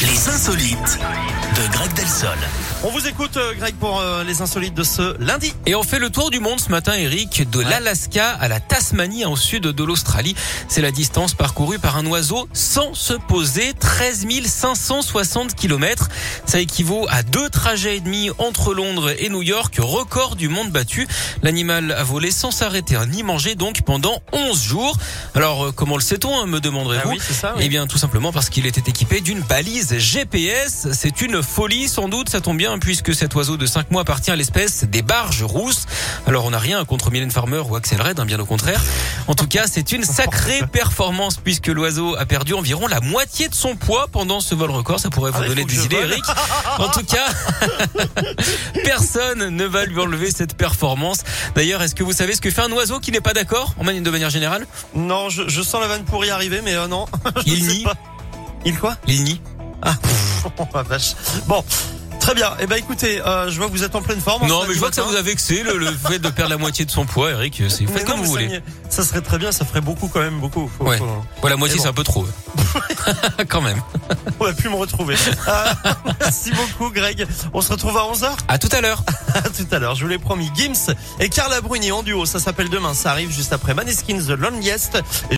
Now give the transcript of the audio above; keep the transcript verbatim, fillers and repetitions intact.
Les insolites de Greg Delsol. On vous écoute, Greg, pour euh, les insolites de ce lundi. Et on fait le tour du monde ce matin, Eric, de ouais. l'Alaska à la Tasmanie, au sud de l'Australie. C'est la distance parcourue par un oiseau sans se poser, treize mille cinq cent soixante kilomètres. Ça équivaut à deux trajets et demi entre Londres et New York, record du monde battu. L'animal a volé sans s'arrêter, hein, ni manger donc pendant onze jours. Alors, euh, comment le sait-on, hein, me demanderez-vous? Ah oui, c'est ça, oui. Eh bien, tout simplement parce qu'il était équipé d'une balise G P S. C'est une folie, sans doute, ça tombe bien, puisque cet oiseau de cinq mois appartient à l'espèce des barges rousses. Alors, on n'a rien contre Mylène Farmer ou Axel Red, hein, bien au contraire. En tout cas, c'est une sacrée performance, puisque l'oiseau a perdu environ la moitié de son poids pendant ce vol record. Ça pourrait vous ah, donner des idées, Eric. En tout cas, personne ne va lui enlever cette performance. D'ailleurs, est-ce que vous savez ce que fait un oiseau qui n'est pas d'accord, en de manière générale? Non, je, je sens la vanne pour y arriver, mais euh, non. Il nie. Pas. Il quoi? Il nie. Ah, oh, la vache. Bon. Très bien. Eh ben, écoutez, euh, je vois que vous êtes en pleine forme. Non, mais je vois que ça vous a vexé, le, le fait de perdre la moitié de son poids, Eric. C'est, faites comme non, vous voulez. Ça serait très bien, ça ferait beaucoup quand même, beaucoup. Faut, ouais. faut... Ouais, la moitié, bon. C'est un peu trop. Quand même. On va plus me retrouver. Euh, merci beaucoup, Greg. On se retrouve à onze heures. À tout à l'heure. À tout à l'heure. Je vous l'ai promis. Gims et Carla Bruni en duo. Ça s'appelle Demain. Ça arrive juste après Maneskin, The Loneliest.